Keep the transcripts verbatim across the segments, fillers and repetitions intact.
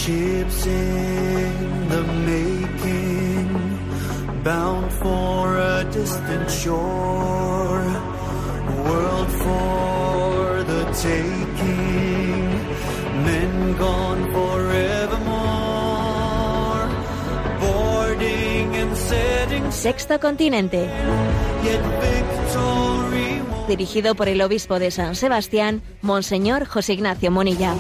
Ships in the making, bound for a distant shore, world for the taking, men gone forevermore, boarding and setting. Sexto Continente. Yet victory won't. Dirigido por el obispo de San Sebastián, Monseñor José Ignacio Munilla.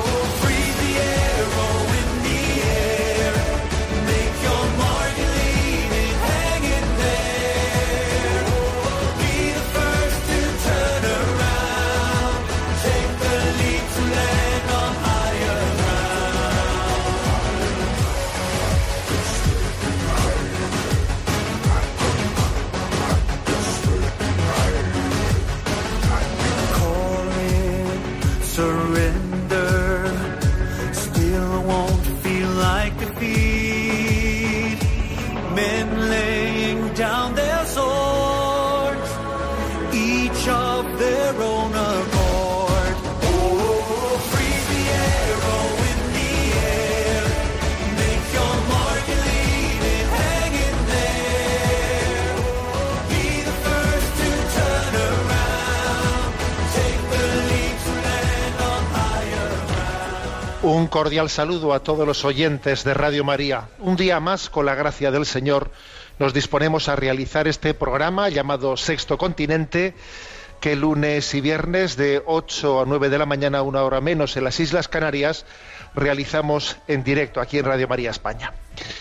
Un cordial saludo a todos los oyentes de Radio María. Un día más, con la gracia del Señor, nos disponemos a realizar este programa llamado Sexto Continente, que lunes y viernes de ocho a nueve de la mañana, una hora menos en las Islas Canarias, realizamos en directo aquí en Radio María España.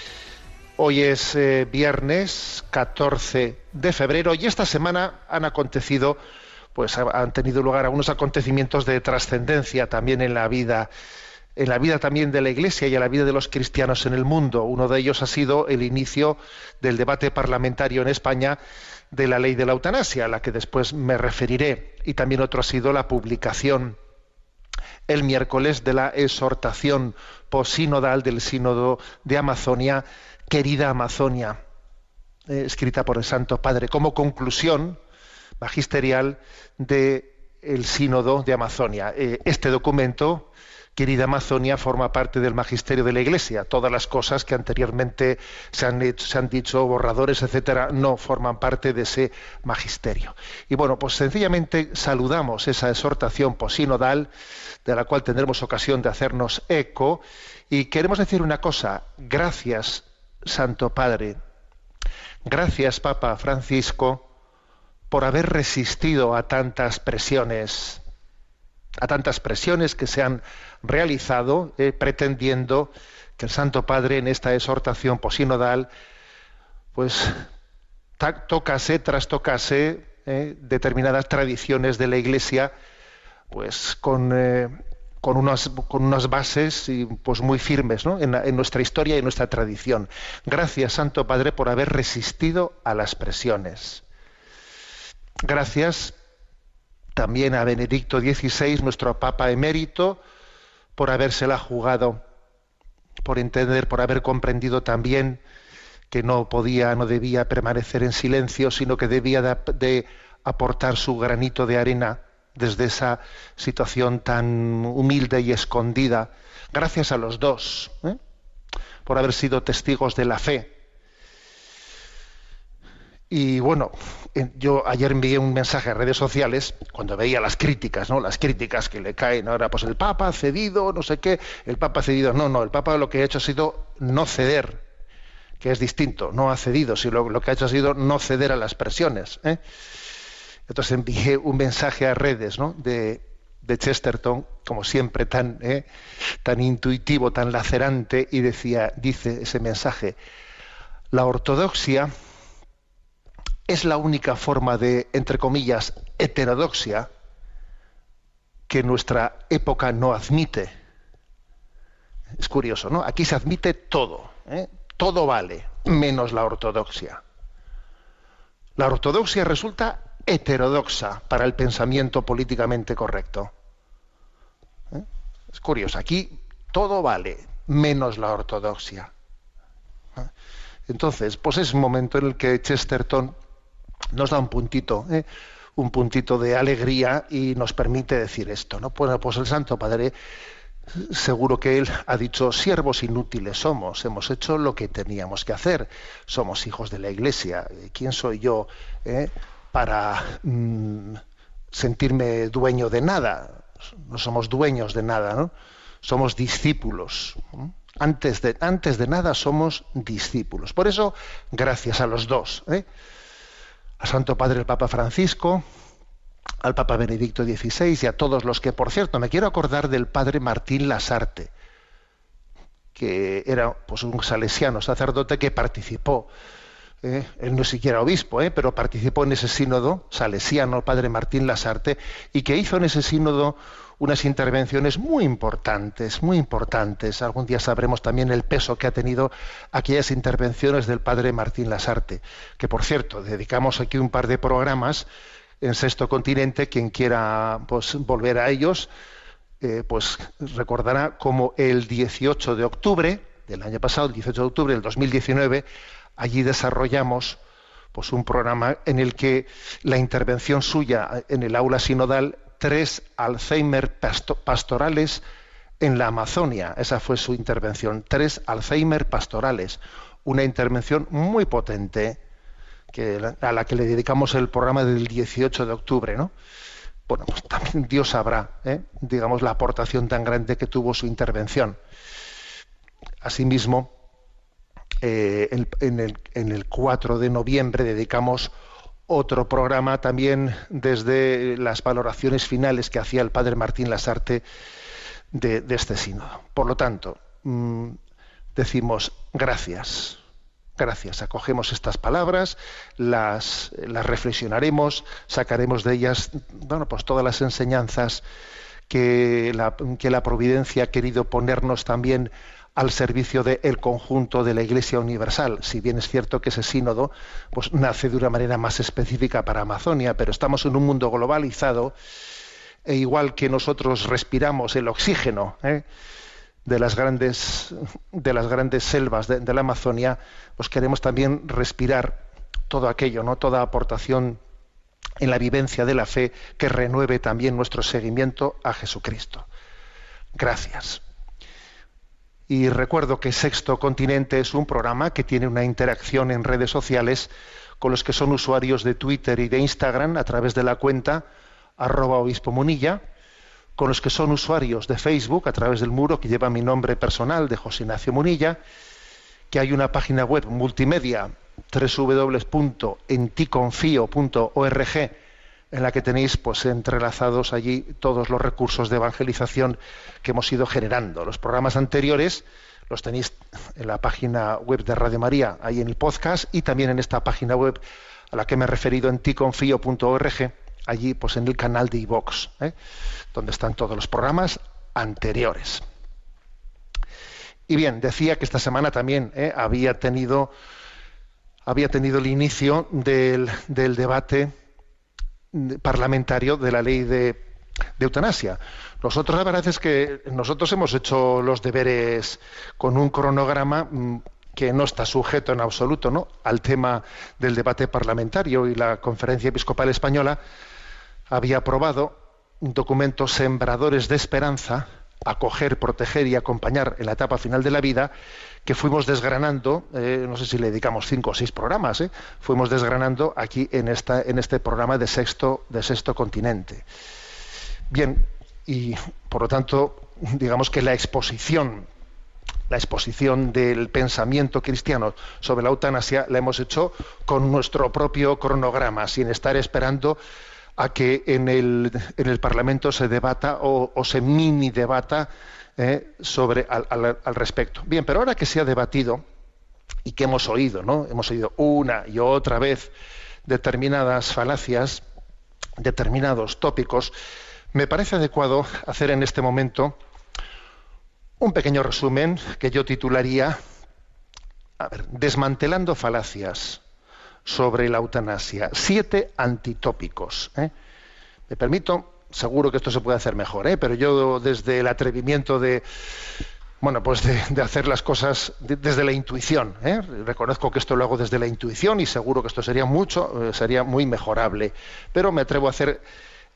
Hoy es eh, viernes catorce de febrero y esta semana han acontecido, pues han tenido lugar algunos acontecimientos de trascendencia también en la vida en la vida también de la Iglesia y en la vida de los cristianos en el mundo. Uno de ellos ha sido el inicio del debate parlamentario en España de la ley de la eutanasia, a la que después me referiré. Y también otro ha sido la publicación el miércoles de la exhortación posinodal del Sínodo de Amazonia, Querida Amazonia, eh, escrita por el Santo Padre, como conclusión magisterial del Sínodo de Amazonia. Eh, este documento, Querida Amazonia, forma parte del magisterio de la Iglesia. Todas las cosas que anteriormente se han, hecho, se han dicho, borradores, etcétera, no forman parte de ese magisterio. Y bueno, pues sencillamente saludamos esa exhortación posinodal, de la cual tendremos ocasión de hacernos eco, y queremos decir una cosa: gracias, Santo Padre, gracias, Papa Francisco, por haber resistido a tantas presiones, a tantas presiones que se han realizado eh, pretendiendo que el Santo Padre en esta exhortación posinodal pues ta- tocase, trastocase eh, determinadas tradiciones de la Iglesia, pues con, eh, con, unas, con unas bases y, pues muy firmes, ¿no? en, la, en nuestra historia y en nuestra tradición. Gracias, Santo Padre, por haber resistido a las presiones. Gracias también a Benedicto dieciséis, nuestro Papa emérito, por habérsela jugado, por entender, por haber comprendido también que no podía, no debía permanecer en silencio, sino que debía de, de aportar su granito de arena desde esa situación tan humilde y escondida. Gracias a los dos, ¿eh? por haber sido testigos de la fe. Y bueno, yo ayer envié un mensaje a redes sociales cuando veía las críticas, ¿no? Las críticas que le caen ahora, pues el Papa ha cedido, no sé qué, el Papa ha cedido. No, no, el Papa lo que ha hecho ha sido no ceder, que es distinto, no ha cedido, sino lo que ha hecho ha sido no ceder a las presiones, ¿eh? Entonces envié un mensaje a redes, ¿no? de, de Chesterton, como siempre tan, ¿eh? tan intuitivo, tan lacerante, y decía, dice ese mensaje: la ortodoxia es la única forma de, entre comillas, heterodoxia que nuestra época no admite. Es curioso, ¿no? Aquí se admite todo, ¿eh? Todo vale, menos la ortodoxia. La ortodoxia resulta heterodoxa para el pensamiento políticamente correcto. ¿Eh? Es curioso, aquí todo vale, menos la ortodoxia. ¿Eh? Entonces, pues es un momento en el que Chesterton nos da un puntito, ¿eh? un puntito de alegría y nos permite decir esto, ¿no? Pues, pues el Santo Padre seguro que él ha dicho, siervos inútiles somos, hemos hecho lo que teníamos que hacer, somos hijos de la Iglesia, ¿quién soy yo eh, para mm, sentirme dueño de nada? No somos dueños de nada, ¿no? Somos discípulos. Antes de, antes de nada somos discípulos. Por eso, gracias a los dos, ¿eh? Al Santo Padre el Papa Francisco, al Papa Benedicto dieciséis y a todos los que, por cierto, me quiero acordar del Padre Martín Lasarte, que era pues, un salesiano sacerdote que participó, ¿eh? Él no es siquiera obispo, ¿eh? pero participó en ese sínodo salesiano, el Padre Martín Lasarte, y que hizo en ese sínodo unas intervenciones muy importantes, muy importantes. Algún día sabremos también el peso que ha tenido aquellas intervenciones del Padre Martín Lasarte, que por cierto, dedicamos aquí un par de programas en Sexto Continente. Quien quiera pues, volver a ellos, eh, pues recordará como el dieciocho de octubre del año pasado, el dieciocho de octubre del dos mil diecinueve, allí desarrollamos pues, un programa en el que la intervención suya en el aula sinodal, tres Alzheimer pastorales en la Amazonia. Esa fue su intervención, tres Alzheimer pastorales. Una intervención muy potente que, a la que le dedicamos el programa del dieciocho de octubre, ¿no? Bueno, pues también Dios sabrá, ¿eh? digamos, la aportación tan grande que tuvo su intervención. Asimismo, eh, en, en, el, en el cuatro de noviembre dedicamos otro programa también desde las valoraciones finales que hacía el Padre Martín Lasarte de, de este sínodo. Por lo tanto, mmm, decimos gracias, gracias. Acogemos estas palabras, las, las reflexionaremos, sacaremos de ellas, bueno, pues todas las enseñanzas que la, que la Providencia ha querido ponernos también al servicio del conjunto de la Iglesia Universal. Si bien es cierto que ese sínodo pues, nace de una manera más específica para Amazonia, pero estamos en un mundo globalizado, e igual que nosotros respiramos el oxígeno ¿eh? de las grandes, de las grandes selvas de, de la Amazonia, pues queremos también respirar todo aquello, ¿no? Toda aportación en la vivencia de la fe que renueve también nuestro seguimiento a Jesucristo. Gracias. Y recuerdo que Sexto Continente es un programa que tiene una interacción en redes sociales con los que son usuarios de Twitter y de Instagram a través de la cuenta arroba obispo munilla, con los que son usuarios de Facebook a través del muro que lleva mi nombre personal de José Ignacio Munilla, que hay una página web multimedia doble u doble u doble u punto en ti confío punto org en la que tenéis pues entrelazados allí todos los recursos de evangelización que hemos ido generando. Los programas anteriores los tenéis en la página web de Radio María, ahí en el podcast, y también en esta página web a la que me he referido, en ti confío punto org, allí pues en el canal de iVox, ¿eh? donde están todos los programas anteriores. Y bien, decía que esta semana también ¿eh? había tenido había tenido el inicio del, del debate parlamentario de la ley de, de eutanasia. Nosotros la verdad es que nosotros hemos hecho los deberes con un cronograma mmm, que no está sujeto en absoluto, ¿no?, al tema del debate parlamentario, y la Conferencia Episcopal Española había aprobado un documento, Sembradores de Esperanza, acoger, proteger y acompañar en la etapa final de la vida, que fuimos desgranando, eh, no sé si le dedicamos cinco o seis programas, ¿eh? fuimos desgranando aquí en, esta, en este programa de Sexto, de Sexto Continente. Bien, y por lo tanto, digamos que la exposición, la exposición del pensamiento cristiano sobre la eutanasia la hemos hecho con nuestro propio cronograma, sin estar esperando a que en el, en el Parlamento se debata o, o se mini debata eh, sobre al, al, al respecto. Bien, pero ahora que se ha debatido y que hemos oído, ¿no? Hemos oído una y otra vez determinadas falacias, determinados tópicos, me parece adecuado hacer en este momento un pequeño resumen que yo titularía, a ver, desmantelando falacias sobre la eutanasia, siete antitópicos. ¿eh? Me permito, seguro que esto se puede hacer mejor, ¿eh? pero yo desde el atrevimiento de, bueno, pues de, de hacer las cosas de, desde la intuición, ¿eh? reconozco que esto lo hago desde la intuición y seguro que esto sería mucho, eh, sería muy mejorable, pero me atrevo a hacer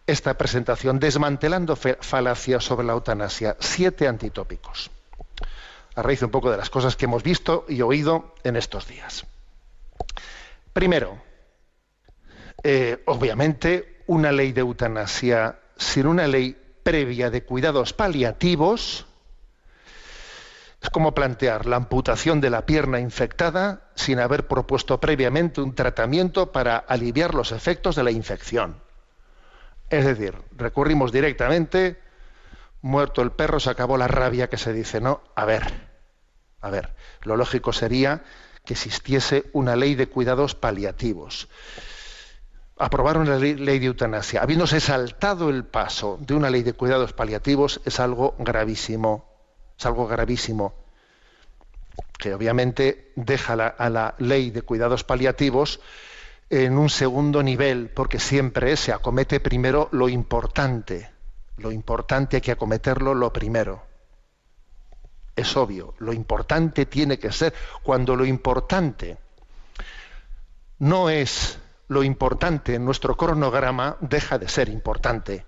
esta presentación, desmantelando falacias sobre la eutanasia, siete antitópicos, a raíz un poco de las cosas que hemos visto y oído en estos días. Primero, eh, obviamente, una ley de eutanasia sin una ley previa de cuidados paliativos es como plantear la amputación de la pierna infectada sin haber propuesto previamente un tratamiento para aliviar los efectos de la infección. Es decir, recurrimos directamente, muerto el perro, se acabó la rabia, que se dice. No, a ver, a ver, lo lógico sería que existiese una ley de cuidados paliativos. Aprobar una ley, ley de eutanasia, habiéndose saltado el paso de una ley de cuidados paliativos, es algo gravísimo. Es algo gravísimo, que obviamente deja la, a la ley de cuidados paliativos en un segundo nivel, porque siempre se acomete primero lo importante. Lo importante hay que acometerlo lo primero. Es obvio, lo importante tiene que ser, cuando lo importante no es lo importante en nuestro cronograma, deja de ser importante.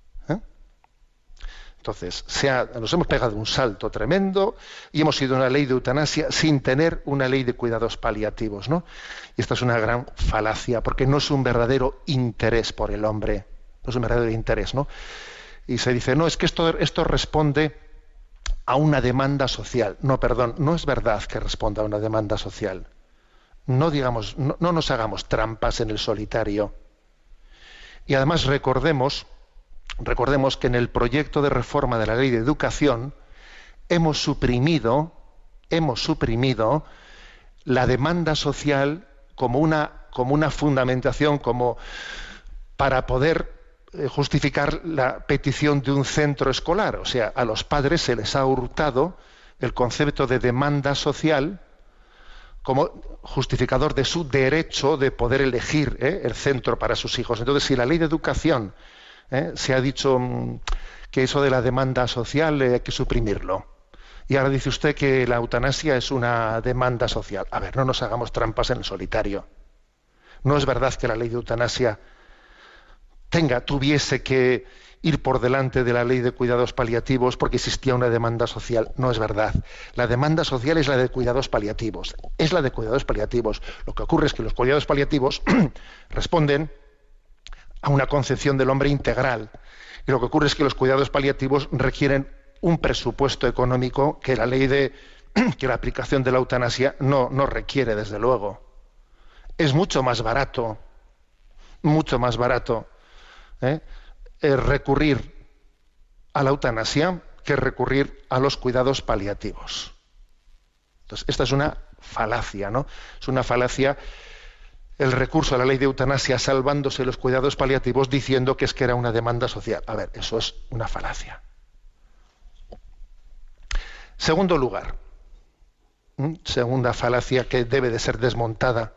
Entonces, se ha, nos hemos pegado un salto tremendo y hemos ido a una ley de eutanasia sin tener una ley de cuidados paliativos, ¿no? Y esta es una gran falacia, porque no es un verdadero interés por el hombre, no es un verdadero interés, ¿no? Y se dice, no, es que esto, esto responde a una demanda social. No, perdón, no es verdad que responda a una demanda social. No digamos, no, no nos hagamos trampas en el solitario. Y además recordemos Recordemos que en el proyecto de reforma de la Ley de Educación hemos suprimido, hemos suprimido la demanda social como una, como una fundamentación, como para poder eh, justificar la petición de un centro escolar. O sea, a los padres se les ha hurtado el concepto de demanda social como justificador de su derecho de poder elegir eh, el centro para sus hijos. Entonces, si la Ley de Educación ¿Eh? se ha dicho mmm, que eso de la demanda social eh, hay que suprimirlo. Y ahora dice usted que la eutanasia es una demanda social. A ver, no nos hagamos trampas en el solitario. No es verdad que la ley de eutanasia tenga, tuviese que ir por delante de la ley de cuidados paliativos porque existía una demanda social. No es verdad. La demanda social es la de cuidados paliativos. Es la de cuidados paliativos. Lo que ocurre es que los cuidados paliativos responden a una concepción del hombre integral. Y lo que ocurre es que los cuidados paliativos requieren un presupuesto económico que la ley de que la aplicación de la eutanasia no, no requiere, desde luego. Es mucho más barato, mucho más barato ¿eh? Eh, recurrir a la eutanasia que recurrir a los cuidados paliativos. Entonces, esta es una falacia, ¿no? Es una falacia el recurso a la ley de eutanasia salvándose los cuidados paliativos diciendo que es que era una demanda social. A ver, eso es una falacia. Segundo lugar, ¿Mm? segunda falacia que debe de ser desmontada.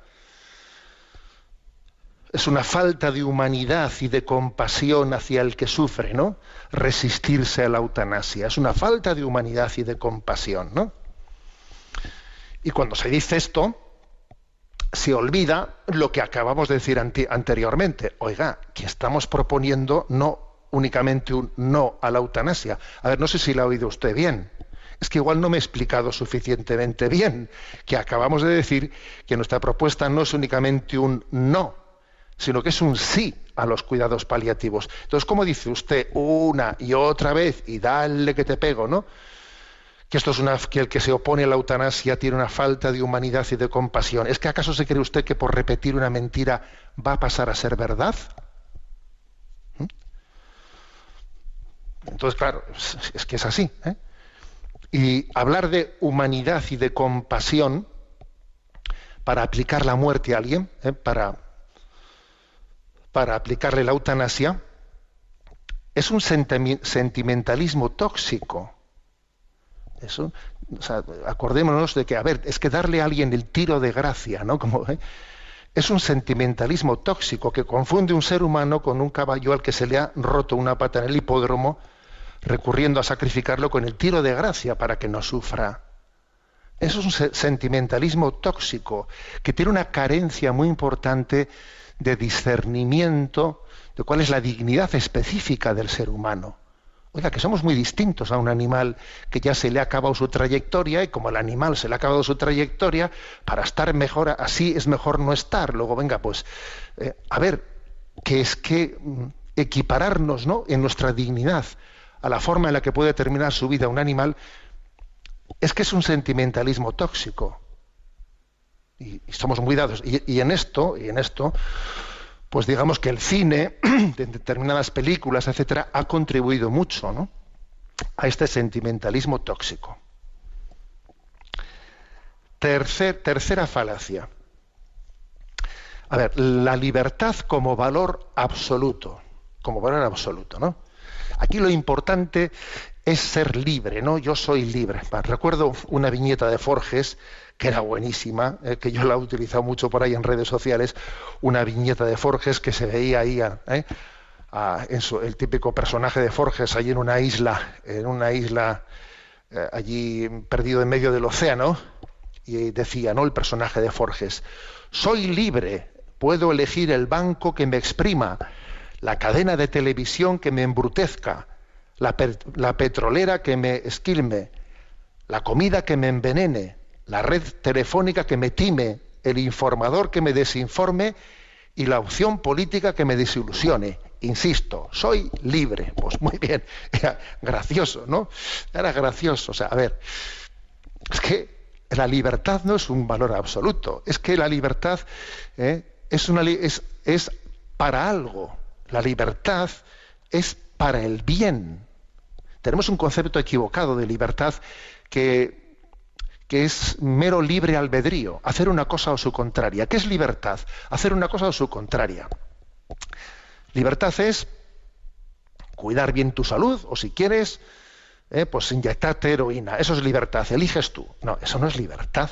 Es una falta de humanidad y de compasión hacia el que sufre, ¿no? Resistirse a la eutanasia. Es una falta de humanidad y de compasión, ¿no? Y cuando se dice esto, se olvida lo que acabamos de decir ante, anteriormente. Oiga, que estamos proponiendo no únicamente un no a la eutanasia. A ver, no sé si la ha oído usted bien. Es que igual no me he explicado suficientemente bien, que acabamos de decir que nuestra propuesta no es únicamente un no, sino que es un sí a los cuidados paliativos. Entonces, ¿cómo dice usted una y otra vez y dale que te pego, ¿no? Que esto es una, que el que se opone a la eutanasia tiene una falta de humanidad y de compasión. ¿Es que acaso se cree usted que por repetir una mentira va a pasar a ser verdad? ¿Mm? Entonces, claro, es, es que es así, ¿eh? Y hablar de humanidad y de compasión para aplicar la muerte a alguien, ¿eh? para, para aplicarle la eutanasia, es un sentimentalismo tóxico. Eso, o sea, acordémonos de que, a ver, es que darle a alguien el tiro de gracia, ¿no? Como, ¿eh? Es un sentimentalismo tóxico que confunde un ser humano con un caballo al que se le ha roto una pata en el hipódromo, recurriendo a sacrificarlo con el tiro de gracia para que no sufra. Eso es un sentimentalismo tóxico que tiene una carencia muy importante de discernimiento de cuál es la dignidad específica del ser humano. Oiga, que somos muy distintos a un animal que ya se le ha acabado su trayectoria, y como al animal se le ha acabado su trayectoria, para estar mejor así es mejor no estar. Luego, venga, pues, eh, a ver, que es que mm, equipararnos, ¿no?, en nuestra dignidad a la forma en la que puede terminar su vida un animal, es que es un sentimentalismo tóxico. Y, y somos muy dados. Y, y en esto, y en esto, pues digamos que el cine, de determinadas películas, etcétera, ha contribuido mucho, ¿no?, a este sentimentalismo tóxico. Tercer, tercera falacia. A ver, la libertad como valor absoluto, como valor absoluto, ¿no? Aquí lo importante es ser libre, ¿no? Yo soy libre. Recuerdo una viñeta de Forges que era buenísima, eh, que yo la he utilizado mucho por ahí en redes sociales, una viñeta de Forges que se veía ahí eh, a, en su, el típico personaje de Forges allí en una isla, en una isla eh, allí perdido en medio del océano, y decía, ¿no?, el personaje de Forges: soy libre, puedo elegir el banco que me exprima, la cadena de televisión que me embrutezca, la, per, la petrolera que me esquilme, la comida que me envenene, la red telefónica que me time, el informador que me desinforme y la opción política que me desilusione. Insisto, soy libre. Pues muy bien, era gracioso, ¿no? Era gracioso. O sea, a ver, es que la libertad no es un valor absoluto, es que la libertad eh, es, una, es, es para algo. La libertad es para el bien. Tenemos un concepto equivocado de libertad que... que es mero libre albedrío, hacer una cosa o su contraria. ¿Qué es libertad? Hacer una cosa o su contraria. Libertad es cuidar bien tu salud, o si quieres, eh, pues inyectarte heroína. Eso es libertad, eliges tú. No, eso no es libertad.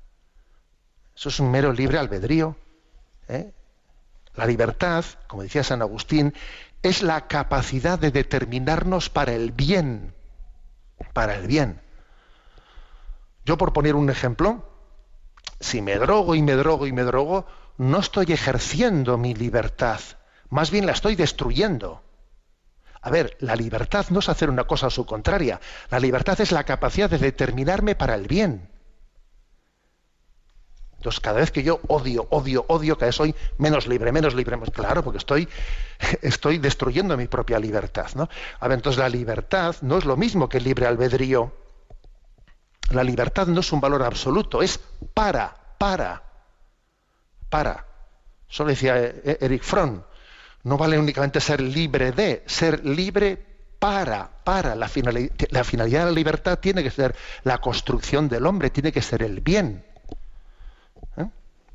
Eso es un mero libre albedrío. ¿eh? La libertad, como decía San Agustín, es la capacidad de determinarnos para el bien. Para el bien. Yo, por poner un ejemplo, si me drogo y me drogo y me drogo, no estoy ejerciendo mi libertad, más bien la estoy destruyendo. A ver, la libertad no es hacer una cosa a su contraria, la libertad es la capacidad de determinarme para el bien. Entonces, cada vez que yo odio, odio, odio, cada vez soy menos libre, menos libre, pues claro, porque estoy, estoy destruyendo mi propia libertad, ¿no? A ver, entonces la libertad no es lo mismo que el libre albedrío. La libertad no es un valor absoluto, es para, para, para. Eso lo decía Erich Fromm. No vale únicamente ser libre de, ser libre para, para. La finalidad, la finalidad de la libertad tiene que ser la construcción del hombre, tiene que ser el bien. ¿Eh?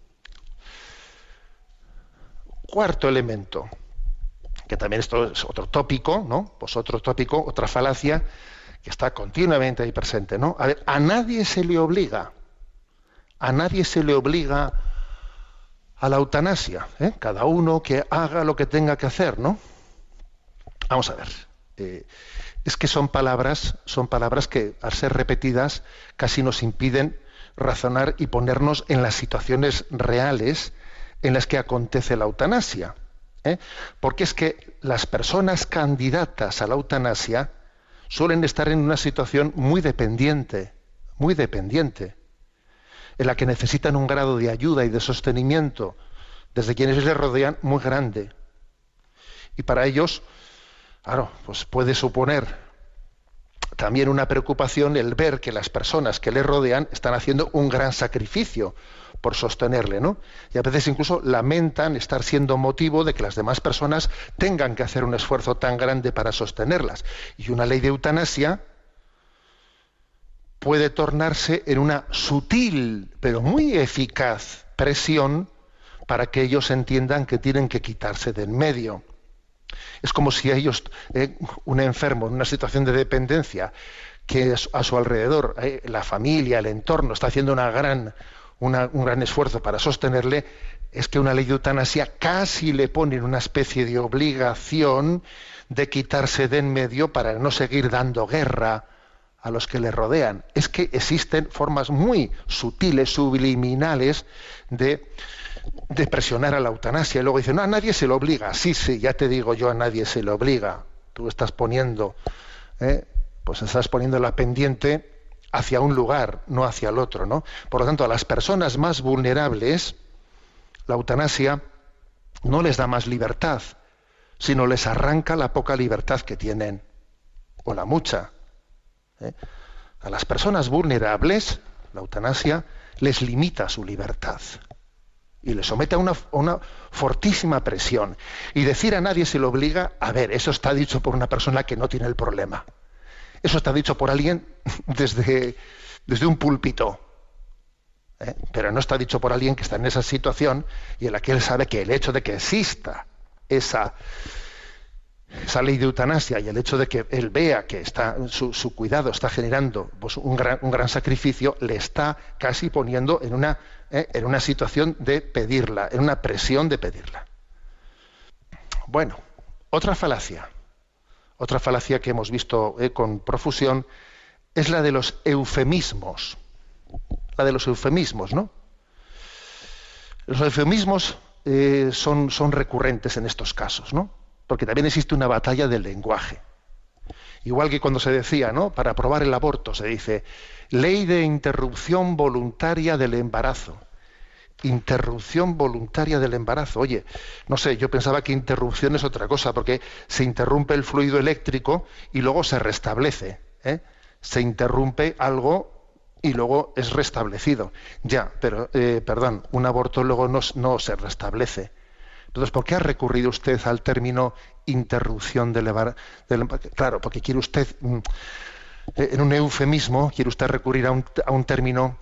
Cuarto elemento, que también esto es otro tópico, ¿no? Pues otro tópico, otra falacia, que está continuamente ahí presente, ¿no? A ver, a nadie se le obliga, a nadie se le obliga a la eutanasia, ¿eh? Cada uno que haga lo que tenga que hacer, ¿no? Vamos a ver, eh, es que son palabras, son palabras que al ser repetidas casi nos impiden razonar y ponernos en las situaciones reales en las que acontece la eutanasia, ¿eh? Porque es que las personas candidatas a la eutanasia suelen estar en una situación muy dependiente, muy dependiente, en la que necesitan un grado de ayuda y de sostenimiento desde quienes les rodean muy grande. Y para ellos, claro, pues puede suponer también una preocupación el ver que las personas que les rodean están haciendo un gran sacrificio por sostenerle, ¿no? Y a veces incluso lamentan estar siendo motivo de que las demás personas tengan que hacer un esfuerzo tan grande para sostenerlas. Y una ley de eutanasia puede tornarse en una sutil, pero muy eficaz presión para que ellos entiendan que tienen que quitarse de en medio. Es como si ellos, eh, un enfermo en una situación de dependencia, que a su alrededor, eh, la familia, el entorno, está haciendo una gran... Una, un gran esfuerzo para sostenerle, es que una ley de eutanasia casi le pone en una especie de obligación de quitarse de en medio para no seguir dando guerra a los que le rodean. Es que existen formas muy sutiles, subliminales, de, de presionar a la eutanasia, y luego dicen, no, a nadie se lo obliga. Sí, sí, ya te digo yo, a nadie se lo obliga. Tú estás poniendo, ¿eh? pues estás poniendo la pendiente hacia un lugar, no hacia el otro, ¿no? Por lo tanto, a las personas más vulnerables, la eutanasia no les da más libertad, sino les arranca la poca libertad que tienen, o la mucha. ¿eh? A las personas vulnerables, la eutanasia les limita su libertad y les somete a una, a una fortísima presión. Y decir a nadie se lo obliga, a ver, eso está dicho por una persona que no tiene el problema. Eso está dicho por alguien desde, desde un púlpito. ¿eh? Pero no está dicho por alguien que está en esa situación y en la que él sabe que el hecho de que exista esa, esa ley de eutanasia y el hecho de que él vea que está, su, su cuidado está generando pues, un, gran, un gran sacrificio, le está casi poniendo en una, ¿eh? en una situación de pedirla, en una presión de pedirla. Bueno, otra falacia. Otra falacia que hemos visto eh, con profusión es la de los eufemismos. La de los eufemismos, ¿no? Los eufemismos eh, son, son recurrentes en estos casos, ¿no? Porque también existe una batalla del lenguaje. Igual que cuando se decía, ¿no? Para aprobar el aborto se dice ley de interrupción voluntaria del embarazo. Interrupción voluntaria del embarazo. Oye, no sé, yo pensaba que interrupción es otra cosa, porque se interrumpe el fluido eléctrico y luego se restablece. ¿eh? Se interrumpe algo y luego es restablecido. Ya, pero, eh, perdón, un aborto luego no, no se restablece. Entonces, ¿por qué ha recurrido usted al término interrupción del embarazo? Claro, porque quiere usted, en un eufemismo, quiere usted recurrir a un, a un término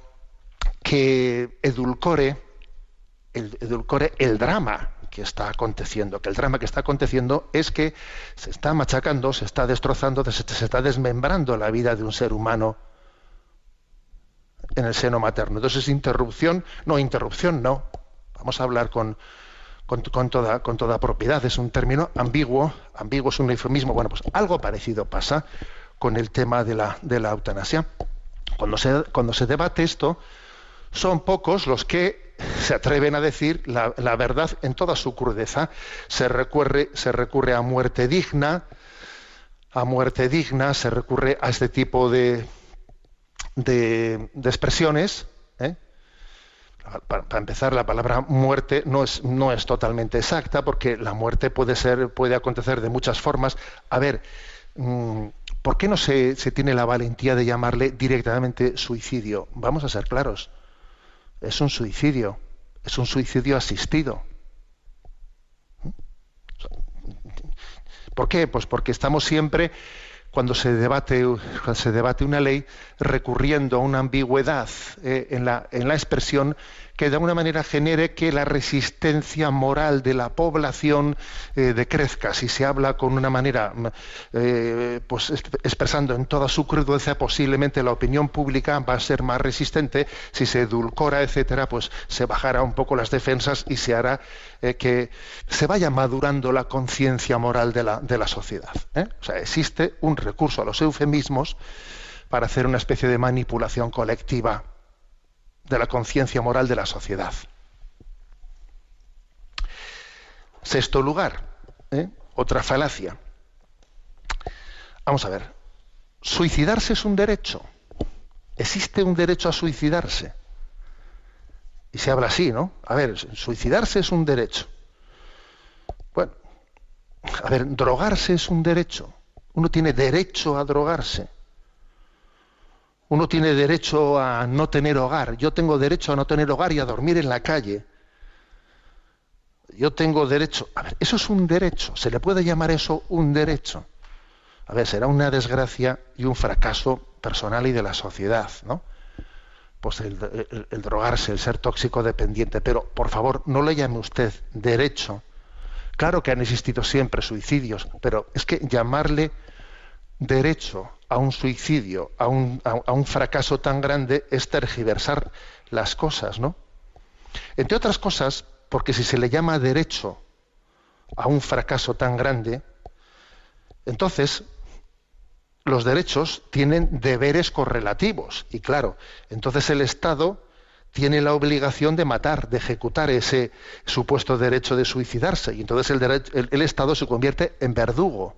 que edulcore El, edulcore el drama que está aconteciendo, que el drama que está aconteciendo es que se está machacando, se está destrozando, se, se está desmembrando la vida de un ser humano en el seno materno. Entonces, interrupción, no, interrupción no. Vamos a hablar con, con, con, toda, con toda propiedad. Es un término ambiguo, ambiguo es un eufemismo. Bueno, pues algo parecido pasa con el tema de la, de la eutanasia. Cuando se, cuando se debate esto, son pocos los que se atreven a decir la, la verdad en toda su crudeza. Se recurre, se recurre a muerte digna, a muerte digna, se recurre a este tipo de, de, de expresiones. ¿eh? Para, para empezar, la palabra muerte no es, no es totalmente exacta, porque la muerte puede ser, puede acontecer de muchas formas. A ver, ¿por qué no se, se tiene la valentía de llamarle directamente suicidio? Vamos a ser claros. Es un suicidio, es un suicidio asistido. ¿Por qué? Pues porque estamos siempre, cuando se debate, cuando se debate una ley, recurriendo a una ambigüedad eh, en, la, en la expresión que de alguna manera genere que la resistencia moral de la población eh, decrezca. Si se habla con una manera, eh, pues expresando en toda su crudeza, posiblemente la opinión pública va a ser más resistente. Si se edulcora, etcétera, pues se bajará un poco las defensas y se hará eh, que se vaya madurando la conciencia moral de la, de la sociedad. ¿eh? O sea, existe un recurso a los eufemismos para hacer una especie de manipulación colectiva de la conciencia moral de la sociedad. Sexto lugar, ¿eh? otra falacia. Vamos a ver, ¿suicidarse es un derecho? ¿Existe un derecho a suicidarse? Y se habla así, ¿no? A ver, suicidarse es un derecho. Bueno, a ver, drogarse es un derecho. Uno tiene derecho a drogarse. Uno tiene derecho a no tener hogar. Yo tengo derecho a no tener hogar y a dormir en la calle. Yo tengo derecho... A ver, eso es un derecho. ¿Se le puede llamar eso un derecho? A ver, será una desgracia y un fracaso personal y de la sociedad, ¿no? Pues el, el, el drogarse, el ser tóxico dependiente. Pero, por favor, no le llame usted derecho. Claro que han existido siempre suicidios, pero es que llamarle derecho a un suicidio, a un, a, a un fracaso tan grande, es tergiversar las cosas, ¿no? Entre otras cosas, porque si se le llama derecho a un fracaso tan grande, entonces los derechos tienen deberes correlativos. Y claro, entonces el Estado tiene la obligación de matar, de ejecutar ese supuesto derecho de suicidarse. Y entonces el, derecho, el, el Estado se convierte en verdugo.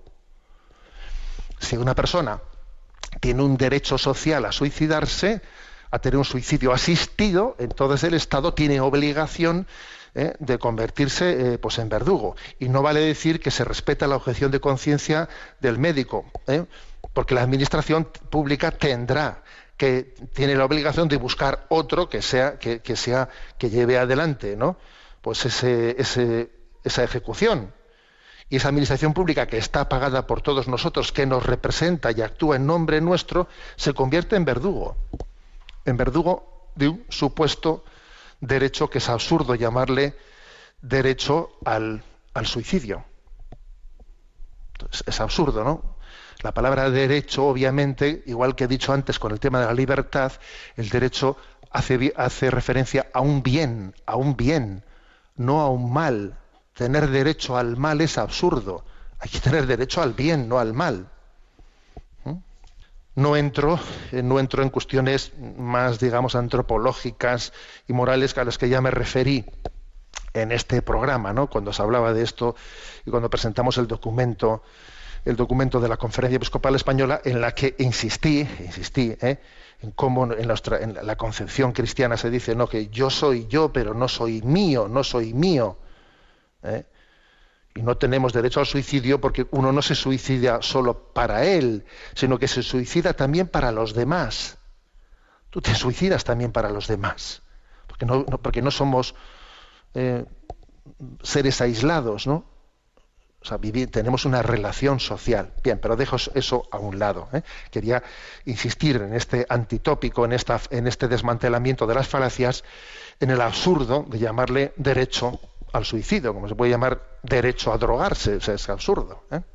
Si una persona tiene un derecho social a suicidarse, a tener un suicidio asistido, entonces el Estado tiene obligación eh, de convertirse eh, pues en verdugo. Y no vale decir que se respeta la objeción de conciencia del médico, ¿eh? porque la administración pública tendrá que tiene la obligación de buscar otro que sea que, que sea que lleve adelante, ¿no? Pues ese, ese, esa ejecución. Y esa administración pública que está pagada por todos nosotros, que nos representa y actúa en nombre nuestro, se convierte en verdugo. En verdugo de un supuesto derecho que es absurdo llamarle derecho al, al suicidio. Entonces, es absurdo, ¿no? La palabra derecho, obviamente, igual que he dicho antes con el tema de la libertad, el derecho hace, hace referencia a un bien, a un bien, no a un mal. Tener derecho al mal es absurdo. Hay que tener derecho al bien, no al mal. ¿Mm? No entro, no entro en cuestiones más, digamos, antropológicas y morales a las que ya me referí en este programa, ¿no? Cuando se hablaba de esto y cuando presentamos el documento el documento de la Conferencia Episcopal Española, en la que insistí, insistí, ¿eh? en cómo en la, en la concepción cristiana se dice, no, que yo soy yo, pero no soy mío, no soy mío. ¿eh? Y no tenemos derecho al suicidio porque uno no se suicida solo para él, sino que se suicida también para los demás. Tú te suicidas también para los demás, porque no, no, porque no somos eh, seres aislados, ¿no? O sea, vivir, tenemos una relación social. Bien, pero dejo eso a un lado. ¿eh? Quería insistir en este antitópico, en, esta, en este desmantelamiento de las falacias, en el absurdo de llamarle derecho al suicidio, como se puede llamar derecho a drogarse. O sea, es absurdo. ¿eh?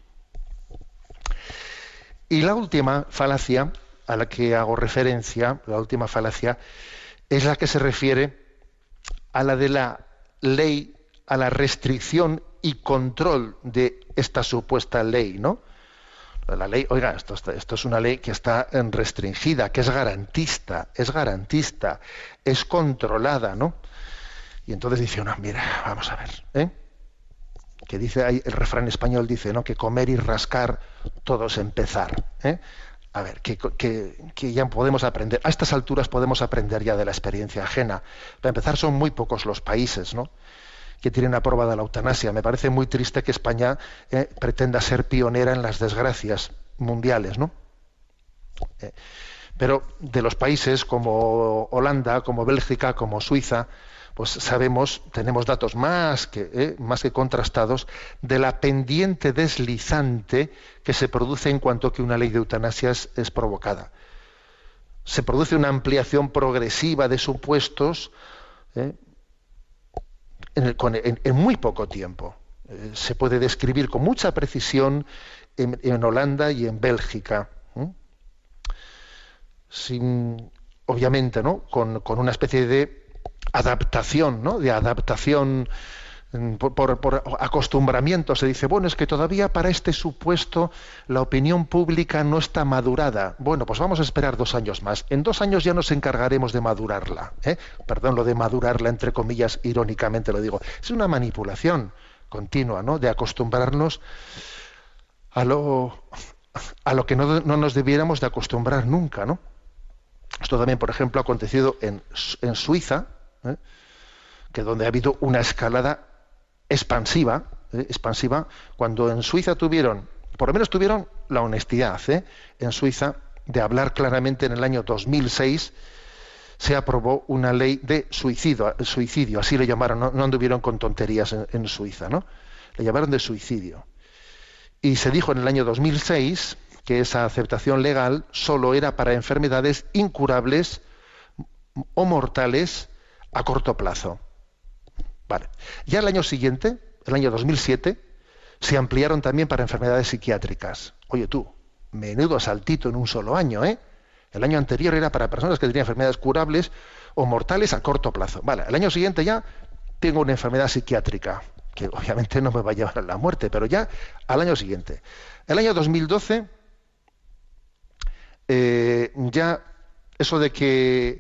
Y la última falacia a la que hago referencia, la última falacia, es la que se refiere a la de la ley, a la restricción y control de esta supuesta ley, ¿no? La ley, oiga, esto, esto es una ley que está restringida, que es garantista, es garantista, es controlada, ¿no? Y entonces dice uno, mira, vamos a ver, ¿eh? Que dice ahí, el refrán español dice, ¿no? Que comer y rascar, todo es empezar, ¿eh? A ver, que, que, que ya podemos aprender, a estas alturas podemos aprender ya de la experiencia ajena. Para empezar, son muy pocos los países, ¿no?, que tienen aprobada la eutanasia. Me parece muy triste que España eh, pretenda ser pionera en las desgracias mundiales, ¿no? Eh, pero de los países como Holanda, como Bélgica, como Suiza, pues sabemos, tenemos datos más que, eh, más que contrastados de la pendiente deslizante que se produce en cuanto que una ley de eutanasia es, es provocada. Se produce una ampliación progresiva de supuestos, eh, En, el, con, en, en muy poco tiempo. Eh, se puede describir con mucha precisión en, en Holanda y en Bélgica. ¿eh? Sin, obviamente, ¿no? Con, con una especie de adaptación, ¿no? De adaptación por, por, por acostumbramiento. Se dice, bueno, es que todavía para este supuesto la opinión pública no está madurada. Bueno, pues vamos a esperar dos años más. En dos años ya nos encargaremos de madurarla. ¿eh? Perdón, lo de madurarla, entre comillas, irónicamente lo digo. Es una manipulación continua, ¿no? De acostumbrarnos a lo, a lo que no, no nos debiéramos de acostumbrar nunca, ¿no? Esto también, por ejemplo, ha acontecido en, en Suiza, ¿eh? que donde ha habido una escalada expansiva, ¿eh? expansiva, cuando en Suiza tuvieron, por lo menos tuvieron la honestidad, ¿eh? en Suiza, de hablar claramente en el año dos mil seis, se aprobó una ley de suicidio, suicidio así le llamaron, no, no anduvieron con tonterías en, en Suiza, ¿no? Le llamaron de suicidio. Y se dijo en el año dos mil seis que esa aceptación legal solo era para enfermedades incurables o mortales a corto plazo. Vale. Ya el año siguiente, el año dos mil siete, se ampliaron también para enfermedades psiquiátricas. Oye tú, menudo saltito en un solo año, ¿eh? El año anterior era para personas que tenían enfermedades curables o mortales a corto plazo. Vale, el año siguiente ya tengo una enfermedad psiquiátrica, que obviamente no me va a llevar a la muerte, pero ya al año siguiente. El año dos mil doce, eh, ya eso de que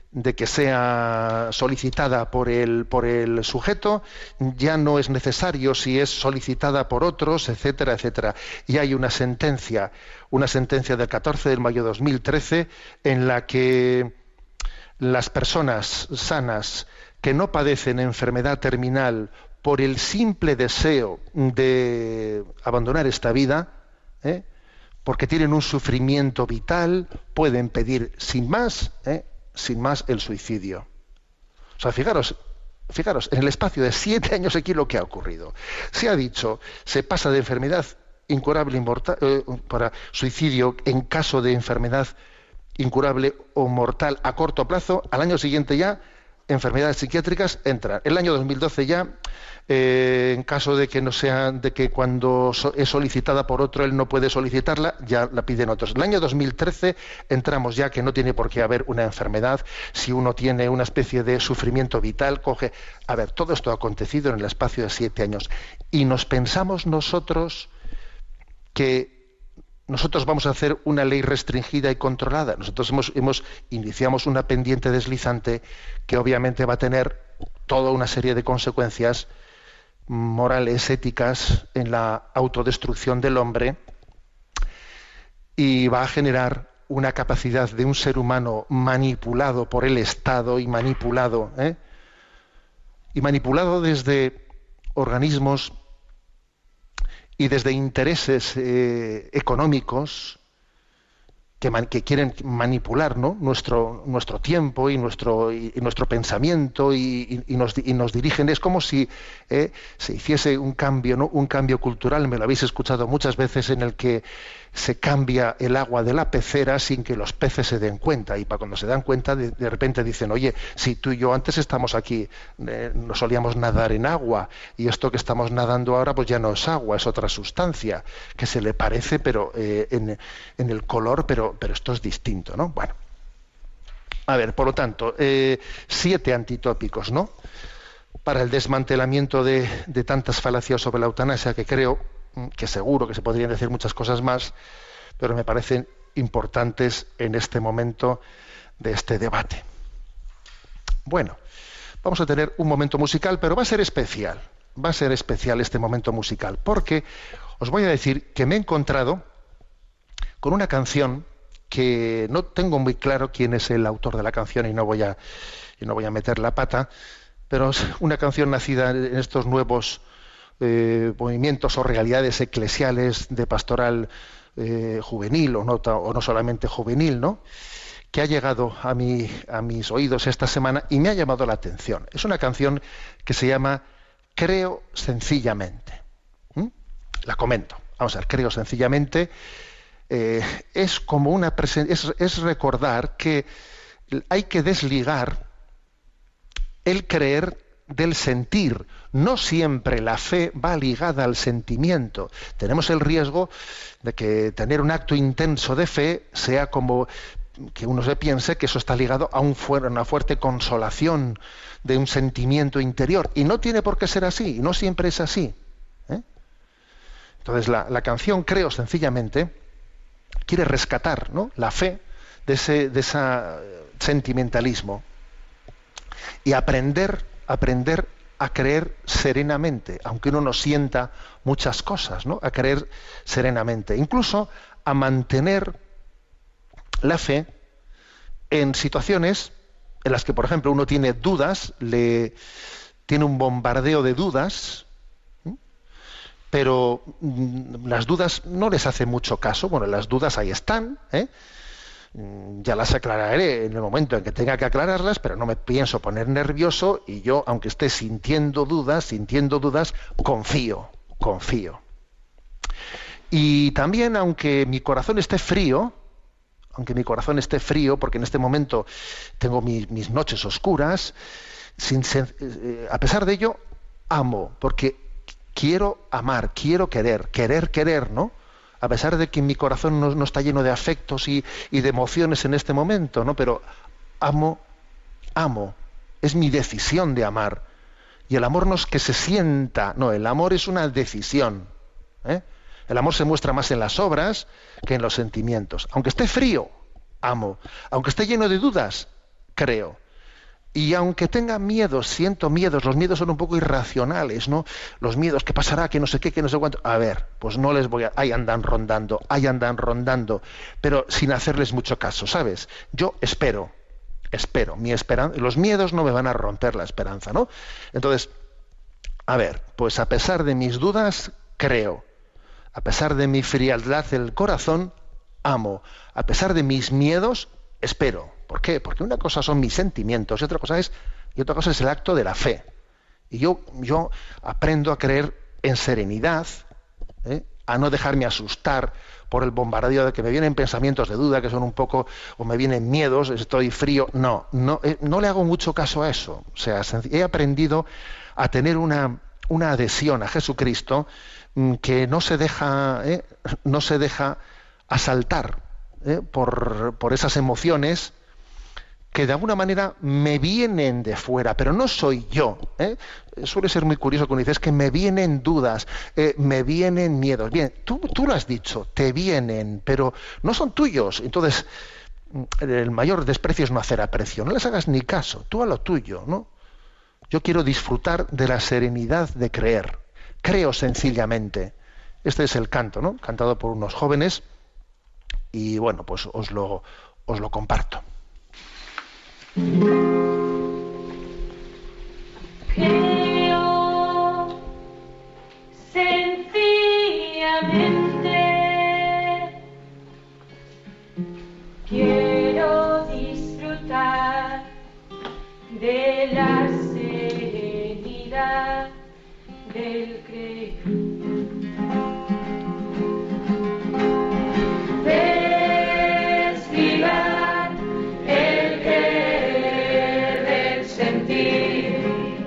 de que sea solicitada por el, por el sujeto, ya no es necesario si es solicitada por otros, etcétera, etcétera. Y hay una sentencia, una sentencia del catorce de mayo de dos mil trece, en la que las personas sanas que no padecen enfermedad terminal por el simple deseo de abandonar esta vida, ¿eh? porque tienen un sufrimiento vital, pueden pedir sin más, ¿eh? sin más el suicidio. O sea, fijaros, fijaros, en el espacio de siete años aquí lo que ha ocurrido. Se ha dicho, se pasa de enfermedad incurable inmortal, eh, para suicidio en caso de enfermedad incurable o mortal a corto plazo, al año siguiente ya enfermedades psiquiátricas entran. El año dos mil doce ya, eh, en caso de que no sea, de que cuando so, es solicitada por otro él no puede solicitarla, ya la piden otros. El año dos mil trece entramos ya que no tiene por qué haber una enfermedad, si uno tiene una especie de sufrimiento vital, coge. A ver, todo esto ha acontecido en el espacio de siete años. Y nos pensamos nosotros que nosotros vamos a hacer una ley restringida y controlada. Nosotros hemos, hemos iniciamos una pendiente deslizante que obviamente va a tener toda una serie de consecuencias morales, éticas, en la autodestrucción del hombre, y va a generar una capacidad de un ser humano manipulado por el Estado y manipulado, ¿eh? y manipulado desde organismos y desde intereses eh, económicos que, man, que quieren manipular, ¿no? nuestro, nuestro tiempo y nuestro, y, y nuestro pensamiento y, y, y, nos, y nos dirigen. Es como si eh, se hiciese un cambio, ¿no? un cambio cultural, me lo habéis escuchado muchas veces, en el que se cambia el agua de la pecera sin que los peces se den cuenta, y para cuando se dan cuenta de, de repente dicen, oye, si tú y yo antes estamos aquí, eh, nos solíamos nadar en agua, y esto que estamos nadando ahora pues ya no es agua, es otra sustancia que se le parece, pero eh, en, en el color, pero, pero esto es distinto, ¿no? Bueno, a ver, por lo tanto, eh, siete antitópicos, ¿no? Para el desmantelamiento de, de tantas falacias sobre la eutanasia, que creo que seguro que se podrían decir muchas cosas más, pero me parecen importantes en este momento de este debate. Bueno, vamos a tener un momento musical, pero va a ser especial, va a ser especial este momento musical, porque os voy a decir que me he encontrado con una canción que no tengo muy claro quién es el autor de la canción, y no voy a, y no voy a meter la pata, pero es una canción nacida en estos nuevos Eh, movimientos o realidades eclesiales de pastoral eh, juvenil, o no, o no solamente juvenil, ¿no? que ha llegado a, mi, a mis oídos esta semana y me ha llamado la atención. Es una canción que se llama Creo sencillamente. ¿Mm? La comento. Vamos a ver, Creo sencillamente eh, es como una presen- es, es recordar que hay que desligar el creer del sentir. No siempre la fe va ligada al sentimiento. Tenemos el riesgo de que tener un acto intenso de fe sea como que uno se piense que eso está ligado a un fu- una fuerte consolación de un sentimiento interior. Y no tiene por qué ser así, y no siempre es así. ¿eh? Entonces la, la canción Creo sencillamente quiere rescatar, ¿no? la fe de ese de esa sentimentalismo y aprender aprender a creer serenamente, aunque uno no sienta muchas cosas, ¿no? A creer serenamente, incluso a mantener la fe en situaciones en las que, por ejemplo, uno tiene dudas, le tiene un bombardeo de dudas, ¿sí? pero mm, las dudas no les hace mucho caso. Bueno, las dudas ahí están, ¿eh? Ya las aclararé en el momento en que tenga que aclararlas, pero no me pienso poner nervioso, y yo, aunque esté sintiendo dudas, sintiendo dudas, confío, confío. Y también, aunque mi corazón esté frío, aunque mi corazón esté frío, porque en este momento tengo mi, mis noches oscuras, sin, eh, a pesar de ello, amo, porque quiero amar, quiero querer, querer, querer, ¿no? A pesar de que mi corazón no, no está lleno de afectos y, y de emociones en este momento, ¿no? Pero amo, amo. Es mi decisión de amar. Y el amor no es que se sienta, no, el amor es una decisión. ¿eh? El amor se muestra más en las obras que en los sentimientos. Aunque esté frío, amo. Aunque esté lleno de dudas, creo. Y aunque tenga miedos, siento miedos, los miedos son un poco irracionales, ¿no? Los miedos, ¿qué pasará? Que no sé qué, que no sé cuánto. A ver, pues no les voy a... Ahí andan rondando, ahí andan rondando, pero sin hacerles mucho caso, ¿sabes? Yo espero, espero, mi esperanza... Los miedos no me van a romper la esperanza, ¿no? Entonces, a ver, pues a pesar de mis dudas, creo. A pesar de mi frialdad del corazón, amo. A pesar de mis miedos, espero. ¿Por qué? Porque una cosa son mis sentimientos y otra cosa es, y otra cosa es el acto de la fe. Y yo, yo aprendo a creer en serenidad, ¿eh? A no dejarme asustar por el bombardeo de que me vienen pensamientos de duda, que son un poco, o me vienen miedos, estoy frío. No, no, eh, no le hago mucho caso a eso. O sea, he aprendido a tener una, una adhesión a Jesucristo mmm, que no se deja, ¿eh? no se deja asaltar ¿eh? por, por esas emociones que de alguna manera me vienen de fuera, pero no soy yo. ¿eh? Suele ser muy curioso cuando dices que me vienen dudas, eh, me vienen miedos. Bien, tú, tú lo has dicho, te vienen, pero no son tuyos. Entonces, el mayor desprecio es no hacer aprecio. No les hagas ni caso, tú a lo tuyo, ¿no? Yo quiero disfrutar de la serenidad de creer. Creo sencillamente. Este es el canto, ¿no? Cantado por unos jóvenes y bueno, pues os lo, os lo comparto. Creo sencillamente, quiero disfrutar de la serenidad del creer. Desligar el creer del sentir.